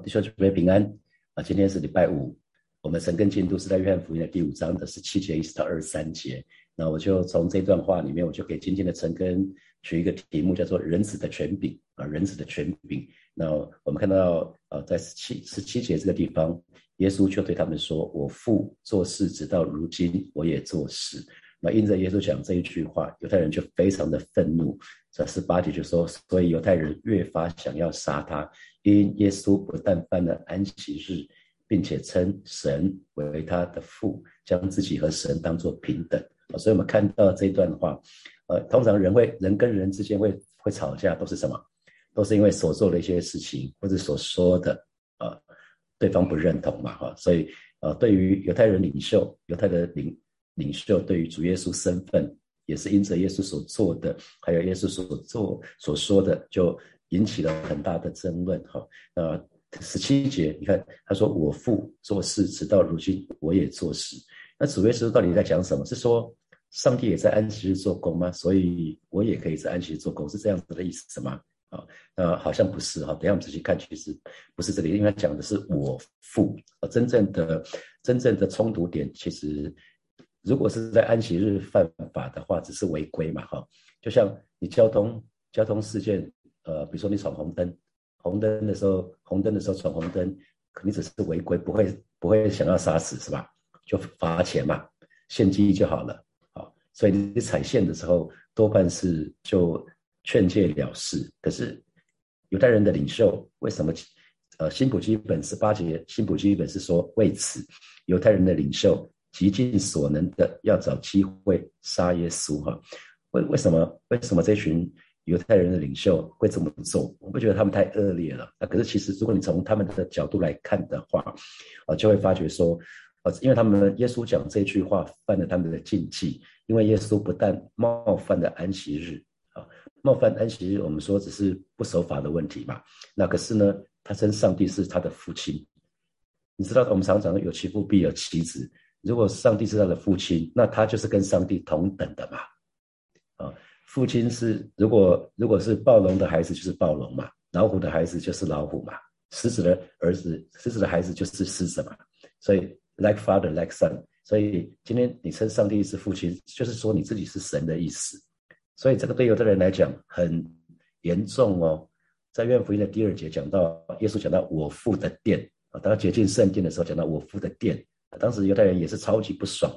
弟兄姐妹平安今天是礼拜五，我们晨更进度是在约翰福音的第5章的17节一直到23节。那我就从这段话里面，我就给今天的晨更取一个题目，叫做人子的权柄人子的权柄。那我们看到在17节这个地方，耶稣就对他们说，我父做事直到如今，我也做事。那因着耶稣讲这一句话，犹太人就非常的愤怒。在18节就说，所以犹太人越发想要杀他，因耶稣不但犯了安息日，并且称神为他的父，将自己和神当作平等。所以我们看到这一段话，通常人跟人之间会吵架，都是什么？都是因为所做的一些事情或者所说的对方不认同嘛所以对于犹太人领袖，犹太的领袖对于主耶稣身份，也是因着耶稣所做的，还有耶稣所说的，就引起了很大的争论17节，你看他说我父做事直到如今，我也做事。那主耶稣到底在讲什么？是说上帝也在安息日做工吗？所以我也可以在安息日做工，是这样子的意思吗？好像不是等一下我们仔细看，其实不是这里，因为他讲的是我父真正的冲突点，其实如果是在安息日犯法的话，只是违规嘛就像你交通事件比如说你闯红灯的时候闯红灯，你只是违规，不会想要杀死是吧？就罚钱嘛，献祭就好了所以你踩线的时候多半是就劝诫了事。可是犹太人的领袖为什么新普基本18节，新普基本是说，为此犹太人的领袖极尽所能的要找机会杀耶稣为什么这群犹太人的领袖会这么做？我不觉得他们太恶劣了可是其实如果你从他们的角度来看的话就会发觉说因为他们耶稣讲这句话犯了他们的禁忌，因为耶稣不但冒犯了安息日冒犯安息日，我们说只是不守法的问题嘛。那可是呢，他称上帝是他的父亲。你知道我们常常有其父必有其子，如果上帝是他的父亲，那他就是跟上帝同等的嘛父亲是如果是暴龙的孩子就是暴龙嘛，老虎的孩子就是老虎嘛，狮子的孩子就是狮子嘛。所以 like father like son， 所以今天你称上帝是父亲，就是说你自己是神的意思。所以这个对犹太人来讲很严重在约翰福音的第2节讲到，耶稣讲到我父的殿当他接近圣殿的时候讲到我父的殿当时犹太人也是超级不爽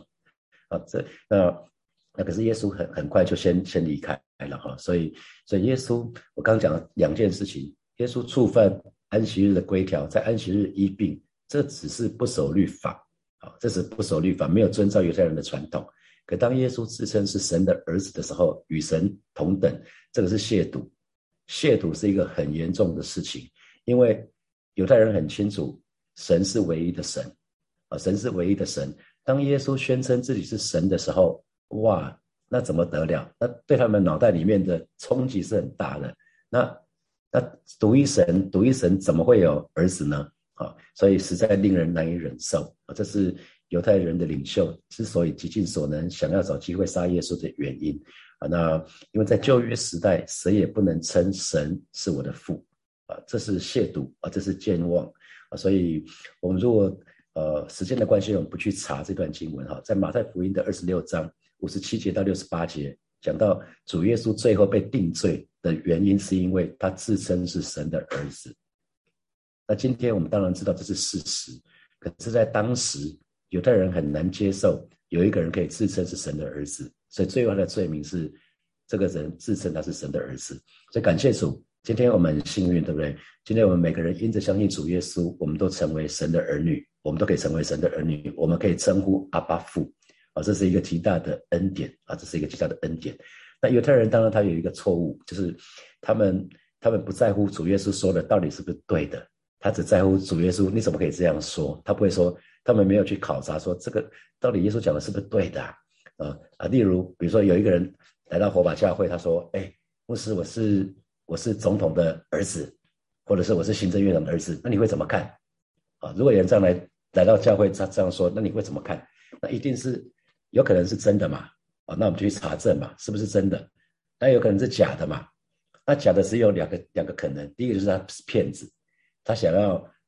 那可是耶稣很快就先离开了所以耶稣，我刚刚讲了2件事情，耶稣触犯安息日的规条，在安息日医病，这只是不守律法这是不守律法，没有遵照犹太人的传统。可当耶稣自称是神的儿子的时候，与神同等，这个是亵渎。亵渎是一个很严重的事情，因为犹太人很清楚神是唯一的神神是唯一的神。当耶稣宣称自己是神的时候，哇，那怎么得了？那对他们脑袋里面的冲击是很大的。那独一神怎么会有儿子呢所以实在令人难以忍受这是犹太人的领袖之所以极尽所能想要找机会杀耶稣的原因那因为在旧约时代，谁也不能称神是我的父这是亵渎这是健忘所以我们如果时间的关系，我们不去查这段经文在马太福音的26章57节到68节讲到主耶稣最后被定罪的原因，是因为他自称是神的儿子。那今天我们当然知道这是事实，可是在当时犹太人很难接受有一个人可以自称是神的儿子，所以最后的罪名是这个人自称他是神的儿子。所以感谢主，今天我们很幸运，对不对？今天我们每个人因着相信主耶稣，我们都成为神的儿女，我们都可以成为神的儿女，我们可以称呼阿爸父这是一个极大的恩典这是一个极大的恩典。那犹太人当然他有一个错误，就是他们不在乎主耶稣说的到底是不是对的，他只在乎主耶稣你怎么可以这样说。他不会说，他们没有去考察说这个到底耶稣讲的是不是对的例如比如说有一个人来到火把教会，他说牧师我是总统的儿子，或者是我是行政院长的儿子，那你会怎么看如果有人这样来到教会他这样说，那你会怎么看？那一定是有可能是真的嘛那我们就去查证嘛，是不是真的？那有可能是假的嘛，那假的只有两个可能，第一个就是他是骗子，他想要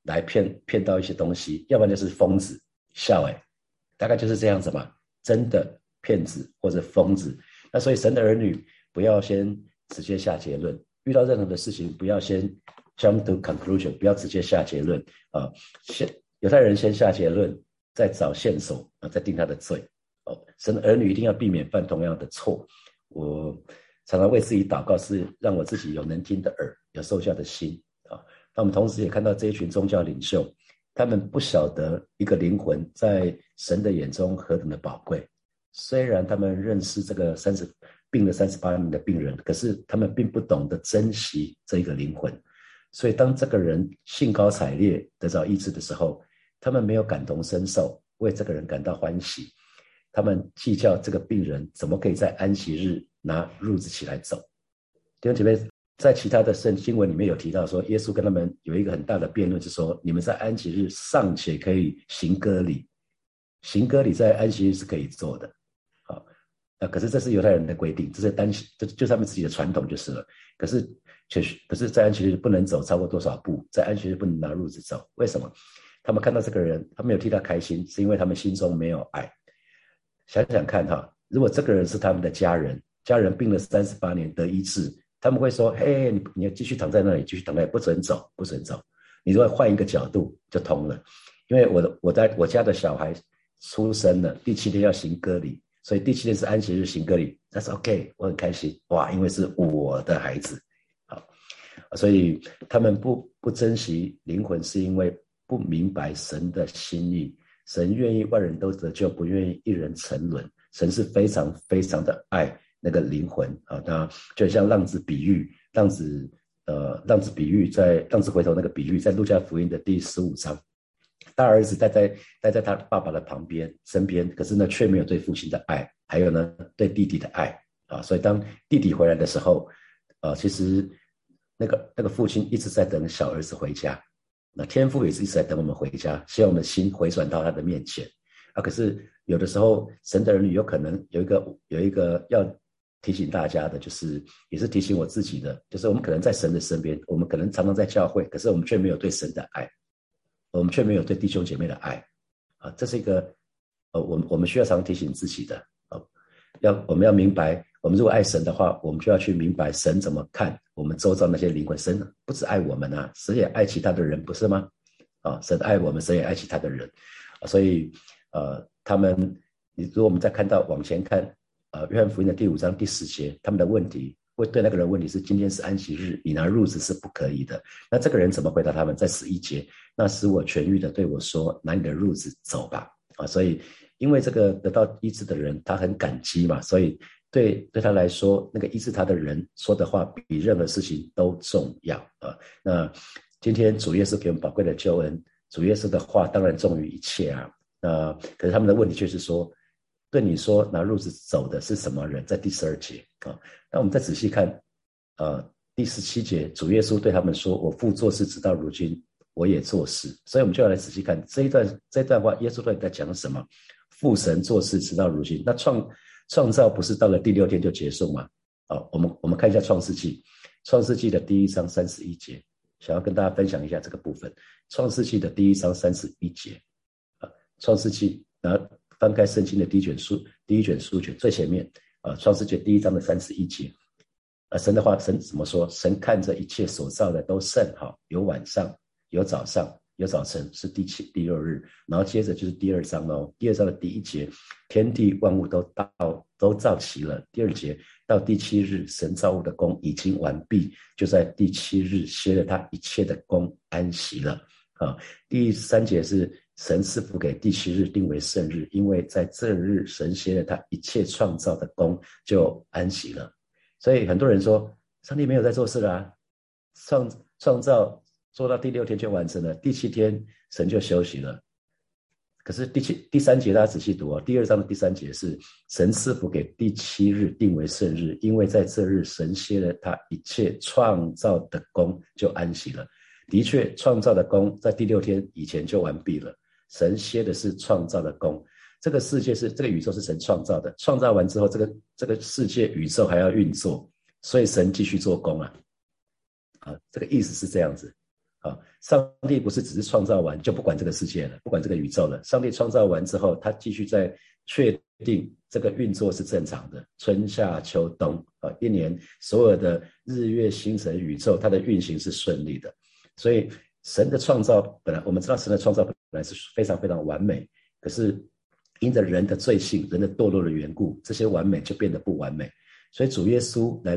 来骗到一些东西，要不然就是疯子笑大概就是这样子嘛，真的骗子或者疯子。那所以神的儿女不要先直接下结论，遇到任何的事情不要先 jump to conclusion， 不要直接下结论犹太人先下结论，再找线索再定他的罪神的儿女一定要避免犯同样的错。我常常为自己祷告，是让我自己有能听的耳，有受教的心那我们同时也看到这一群宗教领袖，他们不晓得一个灵魂在神的眼中何等的宝贵。虽然他们认识这个病了38年的病人，可是他们并不懂得珍惜这一个灵魂。所以当这个人兴高采烈得到医治的时候，他们没有感同身受，为这个人感到欢喜。他们计较这个病人怎么可以在安息日拿褥子起来走。弟兄姐妹，在其他的圣经文里面有提到说，耶稣跟他们有一个很大的辩论，是说你们在安息日尚且可以行割礼，行割礼在安息日是可以做的可是这是犹太人的规定，这就是他们自己的传统就是了。可是在安息日不能走超过多少步，在安息日不能拿褥子走。为什么？他们看到这个人，他没有替他开心，是因为他们心中没有爱。想想看如果这个人是他们的家人病了38年得医治，他们会说嘿，你要继续躺在那里，继续躺在那里，不准走。你如果换一个角度就通了。因为我家的小孩出生了，第7天要行割礼，所以第7天是安息日行割礼，那是 OK， 我很开心因为是我的孩子所以他们不珍惜灵魂，是因为不明白神的心意。神愿意万人都得救，不愿意一人沉沦。神是非常非常的爱那个灵魂那就像浪子比喻，浪子回头那个比喻，在路加福音的第15章，大儿子待在他爸爸的身边，可是呢却没有对父亲的爱，还有呢对弟弟的爱所以当弟弟回来的时候其实那个父亲一直在等小儿子回家，那天父也是一直在等我们回家，希望我们的心回转到他的面前可是有的时候神的儿女有可能有一个要提醒大家的，就是也是提醒我自己的，就是我们可能在神的身边，我们可能常常在教会，可是我们却没有对神的爱，我们却没有对弟兄姐妹的爱这是一个我们需要常提醒自己的我们要明白，我们如果爱神的话，我们就要去明白神怎么看我们周遭那些灵魂。神不只爱我们神也爱其他的人，不是吗神爱我们，神也爱其他的人所以如果我们再往前看约翰福音的第5章第10节，他们的问题会对那个人问题是，今天是安息日，你拿褥子是不可以的。那这个人怎么回答他们？在11节，那使我痊愈的对我说，拿你的褥子走吧所以因为这个得到医治的人他很感激嘛，所以对他来说，那个医治他的人说的话比任何事情都重要那今天主耶稣给我们宝贵的救恩，主耶稣的话当然重于一切那可是他们的问题却是说，对你说拿褥子走的是什么人？在第12节那我们再仔细看第17节，主耶稣对他们说，我父做事直到如今，我也做事。所以我们就要来仔细看这段话，耶稣到底在讲什么？父神做事直到如今，那创造不是到了第6天就结束吗我们看一下创世纪的第1章31节，想要跟大家分享一下这个部分。创世纪的第1章31节创世纪，然后翻开圣经的第一卷书卷最前面创世纪第1章的31节神的话，神怎么说？神看着一切所造的都甚好，有晚上，有早上，有早晨，是第6日。然后接着就是第2章第2章的第1节，天地万物都造齐了。第2节，到第7日，神造物的工已经完毕，就在第7日歇了他一切的工，安息了第3节是神赐福给第7日，定为圣日，因为在这日神歇了他一切创造的工，就安息了。所以很多人说上帝没有在做事啦创造做到第6天就完成了，第7天神就休息了。可是第3节大家仔细读第2章的第3节是神赐福给第7日，定为圣日，因为在这日神歇了他一切创造的工，就安息了。的确，创造的工在第6天以前就完毕了，神歇的是创造的工。这个宇宙是神创造的，创造完之后，这个世界宇宙还要运作，所以神继续做工这个意思是这样子上帝不是只是创造完就不管这个世界了，不管这个宇宙了。上帝创造完之后，他继续在确定这个运作是正常的，春夏秋冬一年所有的日月星辰宇宙，它的运行是顺利的。所以神的创造本来我们知道神的创造本来是非常非常完美，可是因着人的罪性、人的堕落的缘故，这些完美就变得不完美。所以主耶稣来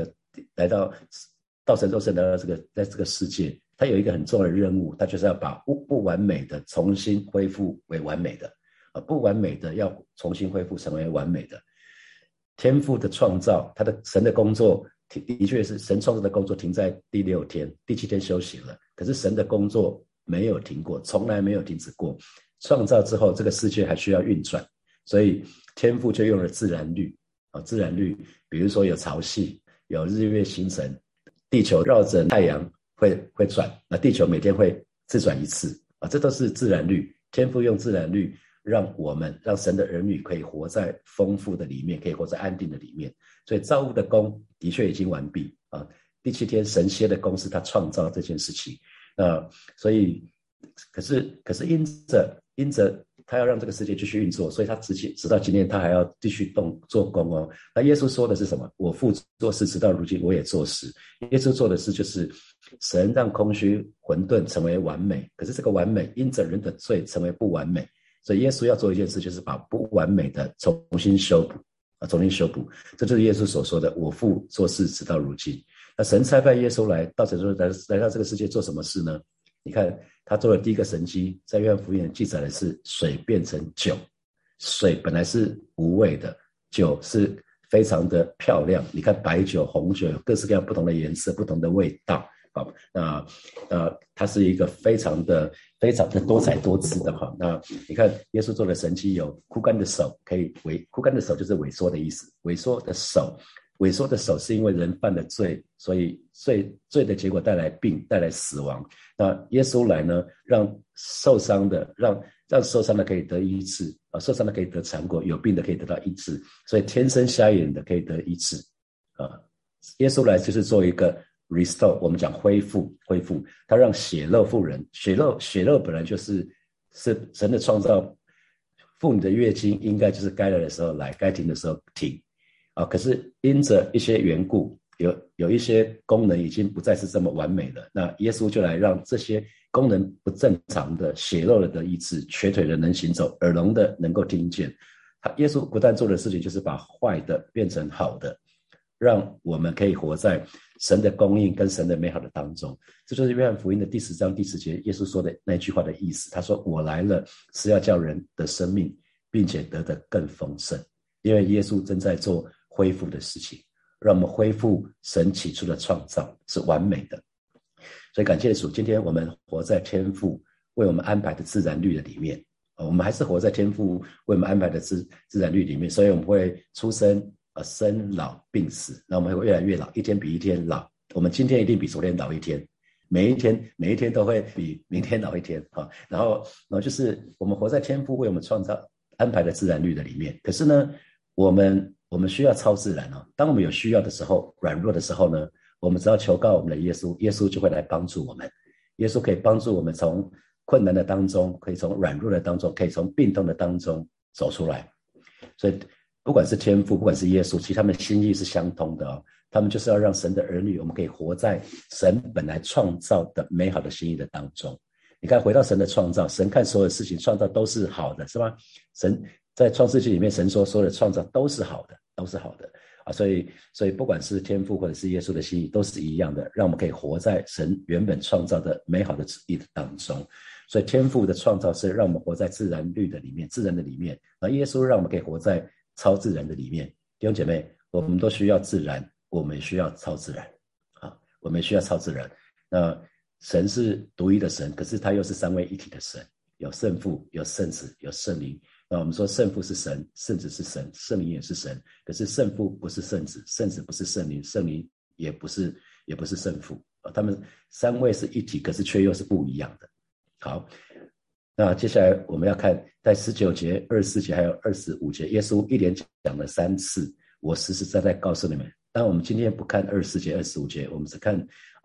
到神肉身来到在这个世界，他有一个很重要的任务，他就是要把不完美的重新恢复为完美的，不完美的要重新恢复成为完美的。天父的创造，神的工作的确是神创造的工作停在第6天，第7天休息了。可是神的工作没有停过，从来没有停止过。创造之后，这个世界还需要运转，所以天父就用了自然律。自然律，比如说有潮汐，有日月星辰，地球绕着太阳会转，那地球每天会自转一次这都是自然律。天父用自然律让神的儿女可以活在丰富的里面，可以活在安定的里面。所以造物的功的确已经完毕第7天神歇的功是他创造这件事情所以可是因着他要让这个世界继续运作，所以他直到今天他还要继续做工那耶稣说的是什么？我父做事直到如今我也做事。耶稣做的事就是神让空虚混沌成为完美，可是这个完美因着人的罪成为不完美，所以耶稣要做一件事，就是把不完美的重新修补这就是耶稣所说的我父做事直到如今。那神差派耶稣来到这个世界做什么事呢？你看他做的第一个神迹，在约翰福音记载的是水变成酒。水本来是无味的，酒是非常的漂亮，你看白酒红酒有各式各样不同的颜色不同的味道它是一个非常的多彩多姿的那你看耶稣做的神迹有枯干的手，枯干的手就是萎缩的意思，萎缩的手是因为人犯了罪，所以罪的结果带来病，带来死亡。那耶稣来呢，让受伤的可以得医治受伤的可以得产果，有病的可以得到医治，所以天生瞎眼的可以得医治耶稣来就是做一个 restore， 我们讲恢复，他让血肉复人。血肉本来是神的创造，妇女的月经应该就是该来的时候来，该停的时候停可是因着一些缘故，有一些功能已经不再是这么完美了，那耶稣就来让这些功能不正常的血肉的得医治，瘸腿的能行走，耳聋的能够听见。耶稣不但做的事情就是把坏的变成好的，让我们可以活在神的供应跟神的美好的当中。这就是约翰福音的第10章第10节耶稣说的那句话的意思。他说我来了是要叫人得生命，并且得的更丰盛。因为耶稣正在做恢复的事情，让我们恢复神起初的创造是完美的。所以感谢主，今天我们活在天父为我们安排的自然律的里面我们还是活在天父为我们安排的自然律里面，所以我们会出生生老病死，那我们会越来越老，一天比一天老。我们今天一定比昨天老一天，每一天都会比明天老一天然后就是我们活在天父为我们创造安排的自然律的里面。可是呢，我们需要超自然当我们有需要的时候，软弱的时候呢，我们只要求告我们的耶稣，耶稣就会来帮助我们。耶稣可以帮助我们从困难的当中，可以从软弱的当中，可以从病痛的当中走出来。所以不管是天父，不管是耶稣，其实他们心意是相通的他们就是要让神的儿女，我们可以活在神本来创造的美好的心意的当中。你看，回到神的创造，神看所有事情创造都是好的，是吗？神在创世纪里面，神说所有的创造都是好的所以不管是天父或者是耶稣的心意都是一样的，让我们可以活在神原本创造的美好的旨意的当中。所以天父的创造是让我们活在自然律的里面，自然的里面，而耶稣让我们可以活在超自然的里面。弟兄姐妹，我们都需要自然，我们需要超自然我们需要超自然。那神是独一的神，可是他又是三位一体的神，有圣父，有圣子，有圣灵。那我们说圣父是神，圣子是神，圣灵也是神，可是圣父不是圣子，圣子不是圣灵，圣灵也不是圣父他们三位是一体，可是却又是不一样的。好，那接下来我们要看在19节、24节还有25节，耶稣一连讲了3次，我实实在在告诉你们。当然我们今天不看24节、25节，我们只看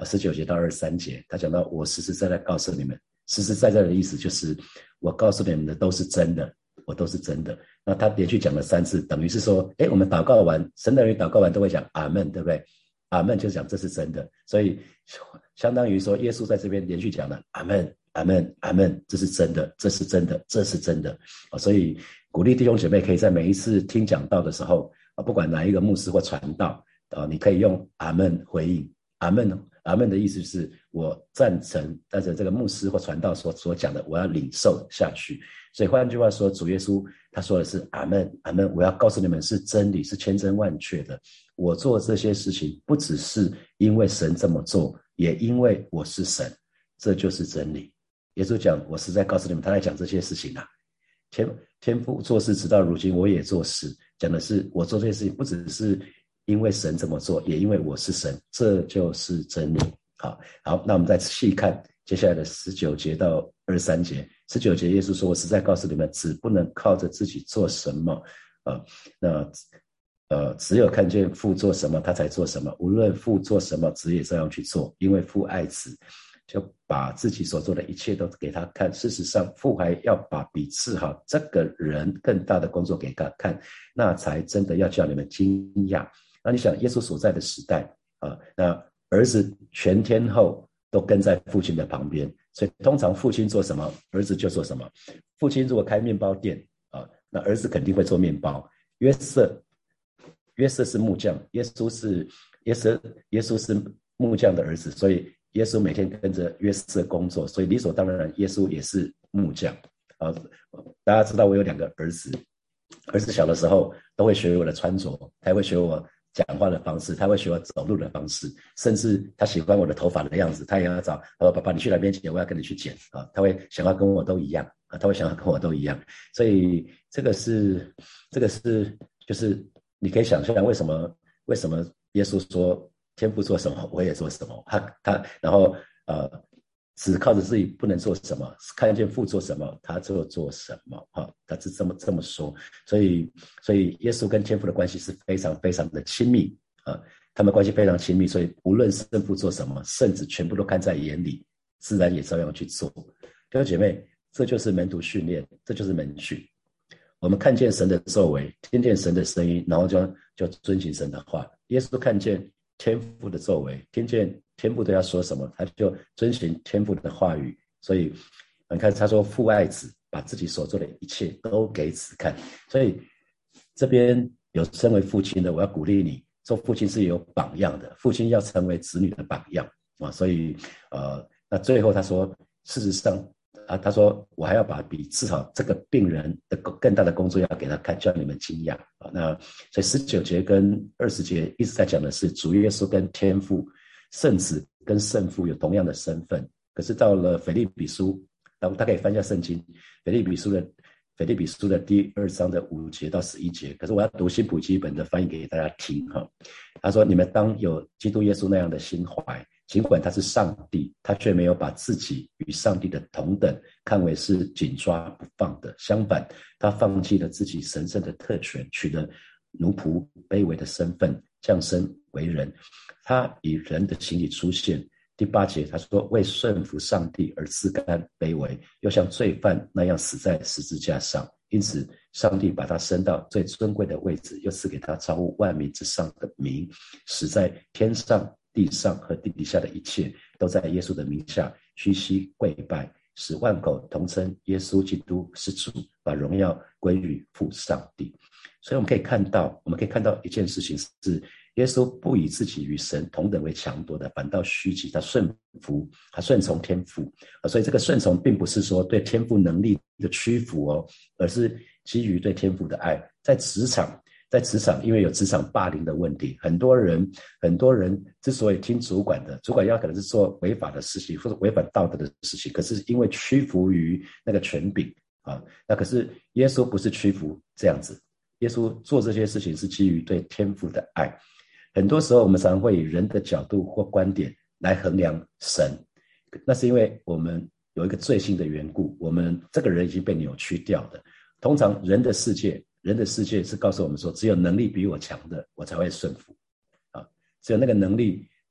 19节到23节，他讲到我实实在在告诉你们，实实在在的意思就是我告诉你们的都是真的，我都是真的。那他连续讲了3次，等于是说，我们祷告完，神的人祷告完都会讲阿们，对不对？阿们就讲这是真的，所以相当于说耶稣在这边连续讲了阿们阿们阿们，这是真的，这是真的，这是真的。所以鼓励弟兄姐妹可以在每一次听讲道的时候，不管哪一个牧师或传道，你可以用阿们回应。阿们，阿们的意思是我赞成，但是这个牧师或传道所讲的，我要领受下去。所以换句话说，主耶稣他说的是阿们，阿们，我要告诉你们是真理，是千真万确的。我做这些事情不只是因为神这么做，也因为我是神，这就是真理。耶稣讲，我实在告诉你们，他在讲这些事情啊。天父做事直到如今，我也做事，讲的是我做这些事情不只是因为神这么做，也因为我是神，这就是真理。好，那我们再细看接下来的19节到23节。19节耶稣说，我实在告诉你们，只不能靠着自己做什么，只有看见父做什么他才做什么，无论父做什么子也这样去做，因为父爱子，就把自己所做的一切都给他看。事实上父还要把比治好这个人更大的工作给他看，那才真的要叫你们惊讶。那你想耶稣所在的时代那儿子全天候都跟在父亲的旁边，所以通常父亲做什么儿子就做什么。父亲如果开面包店那儿子肯定会做面包。约瑟是木匠，耶稣是木匠的儿子，所以耶稣每天跟着约瑟工作，所以理所当然耶稣也是木匠大家知道我有2个儿子，儿子小的时候都会学我的穿着，他会学我讲话的方式，他会学我走路的方式，甚至他喜欢我的头发的样子，他也要找爸爸你去哪边剪，我要跟你去剪他会想要跟我都一样所以这个是就是你可以想象为什么耶稣说天父做什么我也做什么，他然后只靠着自己不能做什么，看见父做什么他就做什么他是这么说。所以耶稣跟天父的关系是非常非常的亲密他们关系非常亲密，所以无论圣父做什么，圣子全部都看在眼里，自然也照样去做。弟兄姐妹，这就是门徒训练，这就是门训。我们看见神的作为，听见神的声音，然后就遵行神的话。耶稣看见天父的作为，听见天父对他说什么，他就遵循天父的话语。所以你看他说父爱子，把自己所做的一切都给子看。所以这边有身为父亲的，我要鼓励你，做父亲是有榜样的，父亲要成为子女的榜样所以那最后他说事实上他说我还要把比治好这个病人的更大的工作要给他看，叫你们惊讶那所以19节跟20节一直在讲的是主耶稣跟天父，圣子跟圣父有同样的身份。可是到了腓立比书，他可以翻一下圣经，腓立比书的第2章的5节到11节，可是我要读新普基本的翻译给大家听他说你们当有基督耶稣那样的心怀，尽管他是上帝，他却没有把自己与上帝的同等看为是紧抓不放的，相反他放弃了自己神圣的特权，取了奴仆卑微的身份，降生为人。他以人的形体出现。第8节他说为顺服上帝而自甘卑微，又像罪犯那样死在十字架上，因此上帝把他升到最尊贵的位置，又赐给他超乎万民之上的名，使在天上地上和地底下的一切都在耶稣的名下屈膝跪拜，使万口同称耶稣基督是主，把荣耀归于父上帝。所以我们可以看到一件事情是耶稣不以自己与神同等为强夺的，反倒虚己，他顺从天父所以这个顺从并不是说对天父能力的屈服而是基于对天父的爱。在职场因为有职场霸凌的问题，很多人之所以听主管的，主管要可能是做违法的事情或者违反道德的事情，可是因为屈服于那个权柄那可是耶稣不是屈服这样子，耶稣做这些事情是基于对天父的爱。很多时候我们常会以人的角度或观点来衡量神，那是因为我们有一个罪性的缘故，我们这个人已经被扭曲掉的。通常人的世界是告诉我们说，只有能力比我强的我才会顺服只有那个能力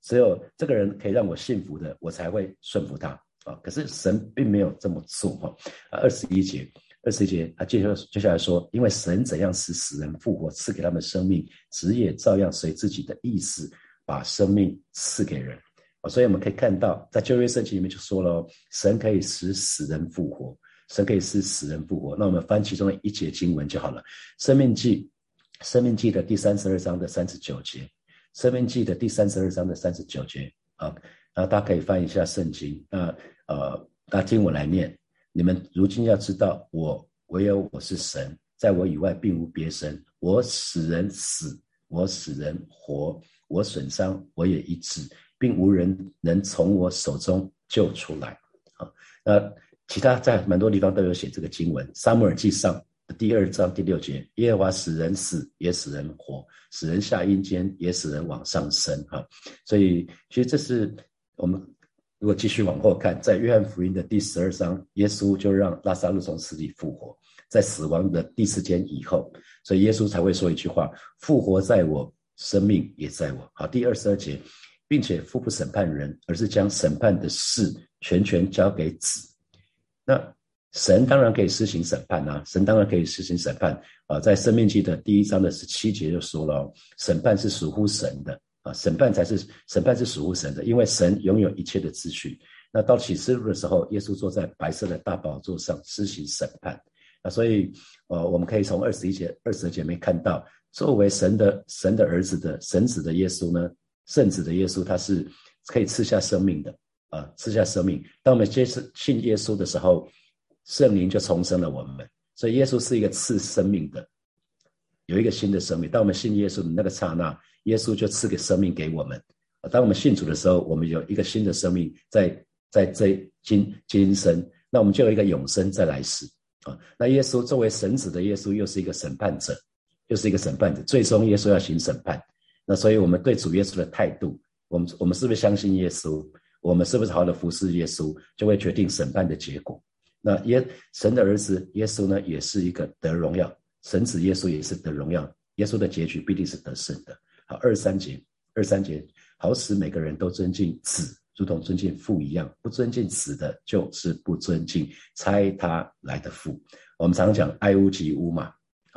只有这个人可以让我信服的，我才会顺服他啊。可是神并没有这么做哈。21节他接下来说，因为神怎样使死人复活，赐给他们生命，子也照样随自己的意思把生命赐给人。所以我们可以看到，在旧约圣经里面就说了，神可以使死人复活，神可以使死人复活。那我们翻其中的一节经文就好了，生命记的第32章的39节，生命记的第32章的39节啊，那大家可以翻一下圣经。那大家听我来念，你们如今要知道，唯有我是神，在我以外并无别神。我使人死，我使人活，我损伤，我也医治，并无人能从我手中救出来。那其他在蛮多地方都有写这个经文，撒母耳记上第2章第6节，耶和华使人死，也使人活，使人下阴间，也使人往上升。所以其实这是我们如果继续往后看，在约翰福音的第12章，耶稣就让拉撒路从死里复活，在死亡的第4天以后，所以耶稣才会说一句话，复活在我，生命也在我。好，第22节，并且父不审判人，而是将审判的事全权交给子。那神当然可以施行审判啊，神当然可以施行审判啊，在申命记的第1章的17节就说了，审判是属乎神的啊，审判是属乎神的，因为神拥有一切的资讯。那到启示录的时候，耶稣坐在白色的大宝座上施行审判啊，所以我们可以从21节、22节里面看到，作为神的儿子的神子的耶稣呢，圣子的耶稣，他是可以赐下生命的啊，赐下生命。当我们信耶稣的时候，圣灵就重生了我们，所以耶稣是一个赐生命的，有一个新的生命。当我们信耶稣的那个刹那，耶稣就赐给生命给我们。当我们信主的时候，我们有一个新的生命在这今生，那我们就有一个永生在来世啊。那耶稣作为神子的耶稣，又是一个审判者，最终耶稣要行审判。那所以我们对主耶稣的态度，我们是不是相信耶稣？我们是不是好好的服侍耶稣，就会决定审判的结果。那神的儿子耶稣呢，也是一个得荣耀，神子耶稣也是得荣耀，耶稣的结局必定是得胜的。好，23节，好使每个人都尊敬子，如同尊敬父一样，不尊敬子的，就是不尊敬差他来的父。我们常讲爱屋及乌嘛，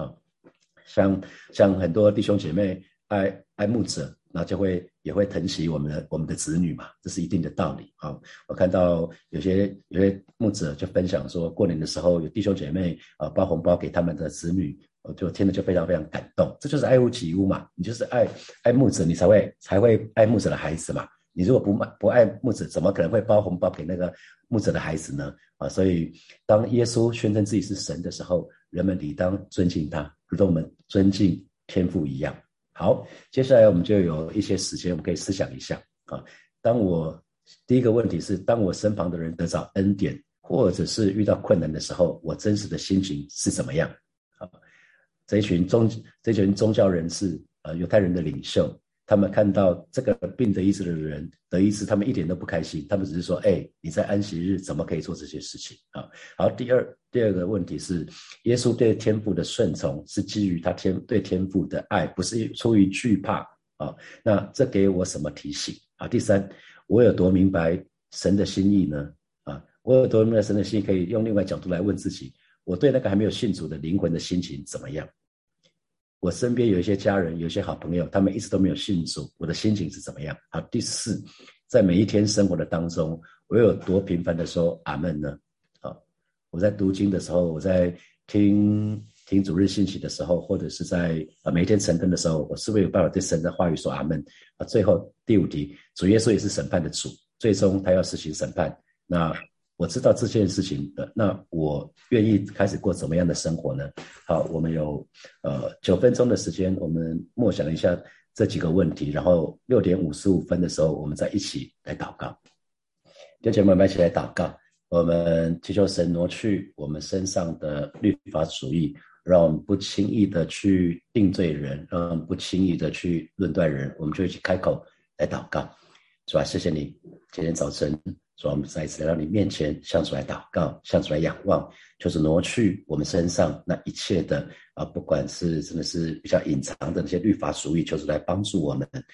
像很多弟兄姐妹爱牧者，那也会疼惜我们的子女嘛，这是一定的道理啊。我看到有些牧者就分享说，过年的时候有弟兄姐妹包红包给他们的子女，我就听了就非常非常感动。这就是爱屋及乌嘛，你就是爱牧者，你才会爱牧者的孩子嘛。你如果不爱牧者，怎么可能会包红包给那个牧者的孩子呢？所以当耶稣宣称自己是神的时候，人们理当尊敬他，如同我们尊敬天父一样。好，接下来我们就有一些时间，我们可以思想一下啊。第一个问题是，当我身旁的人得着恩典，或者是遇到困难的时候，我真实的心情是怎么样？这一群宗教人士，犹太人的领袖，他们看到这个病得医治的人得医治，他们一点都不开心，他们只是说，你在安息日怎么可以做这些事情啊？好，第二个问题是，耶稣对天父的顺从是基于他对天父的爱，不是出于惧怕啊。那这给我什么提醒啊？第三，我有多明白神的心意呢？我有多明白神的心意，可以用另外角度来问自己，我对那个还没有信主的灵魂的心情怎么样？我身边有一些家人，有一些好朋友，他们一直都没有信主，我的心情是怎么样？好，第四，在每一天生活的当中，我有多频繁的说阿们呢？我在读经的时候，我在听主日信息的时候，或者是在每一天晨更的时候，我是不是有办法对神的话语说阿们？最后第5题，主耶稣也是审判的主，最终他要实行审判。那我知道这件事情的，那我愿意开始过怎么样的生活呢？好，我们有9分钟的时间，我们默想一下这几个问题，然后6点55分的时候，我们再一起来祷告。弟兄姐妹，我们一起来祷告，我们祈求神挪去我们身上的律法主义，让我们不轻易的去定罪人，让我们不轻易的去论断人，我们就一起开口来祷告。主啊，谢谢你，今天早晨主啊，我们再一次来到你面前，向主来祷告，向主来仰望，就是挪去我们身上那一切的不管是真的是比较隐藏的那些律法主义，就是来帮助我们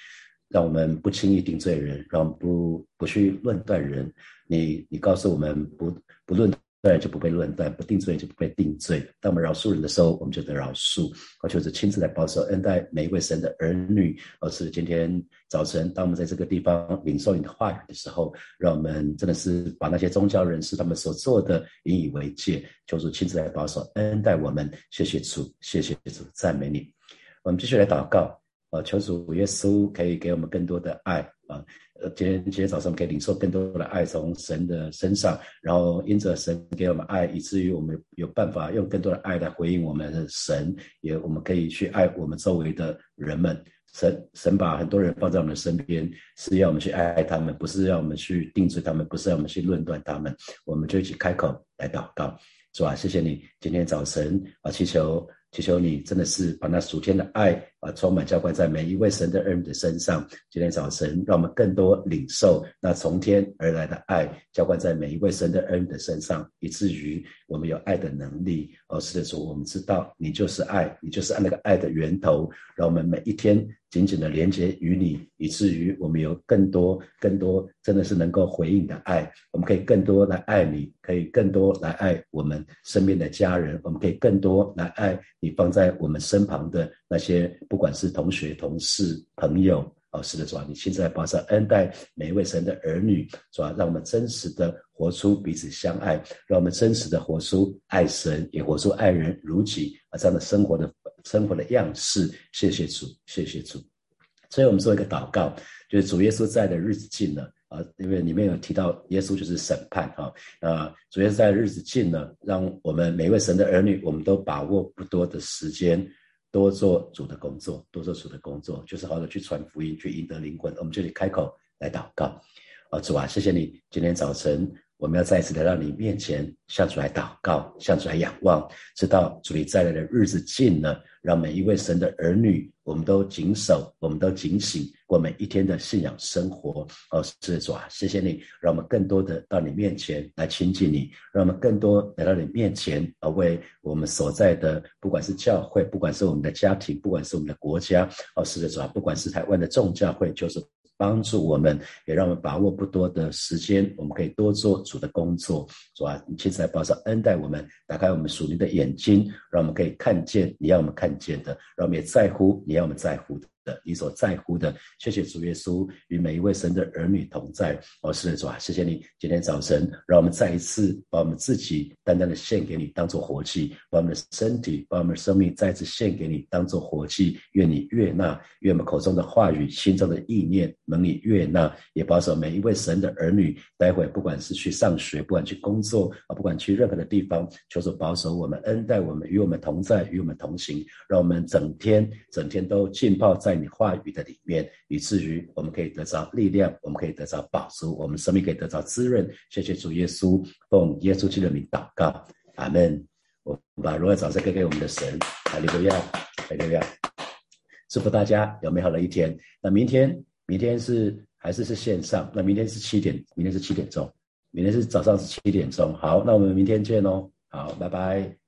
让我们不轻易定罪人，让我们不去论断人。你告诉我们不论断人就不被论断，不定罪人就不被定罪。当我们饶恕人的时候，我们就得饶恕。我就是亲自来保守恩待每一位神的儿女。是今天早晨，当我们在这个地方领受你的话语的时候，让我们真的是把那些宗教人士他们所做的引以为戒，求主亲自来保守恩待我们。谢谢主，谢谢主，赞美你。我们继续来祷告。求主耶稣可以给我们更多的爱啊！今天早上我们可以领受更多的爱从神的身上，然后因着神给我们爱，以至于我们有办法用更多的爱来回应我们的神，也我们可以去爱我们周围的人们。神把很多人放在我们的身边，是要我们去爱他们，不是要我们去定罪他们，不是要我们去论断他们。我们就一起开口来祷告。主啊，谢谢你今天早晨祈求你真的是把那属天的爱充满浇灌在每一位神的儿女的身上。今天早晨让我们更多领受那从天而来的爱，浇灌在每一位神的儿女的身上，以至于我们有爱的能力。是的主，我们知道你就是爱，你就是那个爱的源头，让我们每一天紧紧的连结于你，以至于我们有更多真的是能够回应的爱。我们可以更多来爱你，可以更多来爱我们身边的家人，我们可以更多来爱你放在我们身旁的那些不管是同学、同事、朋友。是的主啊，你亲自来保守恩待每一位神的儿女。主啊，让我们真实的活出彼此相爱，让我们真实的活出爱神，也活出爱人如己这样的生活的样式。谢谢主，谢谢主。所以我们做一个祷告，就是主耶稣在的日子近了因为里面有提到耶稣就是审判主耶稣在的日子近了，让我们每一位神的儿女，我们都把握不多的时间，多做主的工作，就是好好的去传福音，去赢得灵魂。我们就得开口来祷告。主啊，谢谢你今天早晨我们要再一次来到你面前，向主来祷告，向主来仰望，知道主你再来的日子近了，让每一位神的儿女我们都谨守，我们都警醒过每一天的信仰生活。是主啊，谢谢你让我们更多的到你面前来亲近你，让我们更多来到你面前为我们所在的不管是教会，不管是我们的家庭，不管是我们的国家是的主啊，不管是台湾的众教会，就是帮助我们，也让我们把握不多的时间，我们可以多做主的工作。主啊，你亲自来保守恩待我们，打开我们属灵的眼睛，让我们可以看见你要我们看见的，让我们也在乎你要我们在乎的，你所在乎的。谢谢主耶稣与每一位神的儿女同在。是的主啊，谢谢你今天早晨让我们再一次把我们自己单单的献给你，当作活祭，把我们的身体，把我们的生命再一次献给你，当作活祭。愿你悦纳，愿我们口中的话语，心中的意念蒙你悦纳，也保守每一位神的儿女，待会不管是去上学，不管去工作不管去任何的地方，求主保守我们，恩待我们，与我们同在，与我们同行，让我们整天都浸泡在你话语的里面，以至于我们可以得着力量，我们可以得着饱足，我们生命可以得着滋润。谢谢主耶稣，奉耶稣基督的名祷告，阿们。我们把荣耀掌声给我们的神，哈利路亚，哈利路亚。祝福大家有美好的一天。那明天还是线上，那明天是7点钟，明天是早上是7点钟。好，那我们明天见哦。好，拜拜。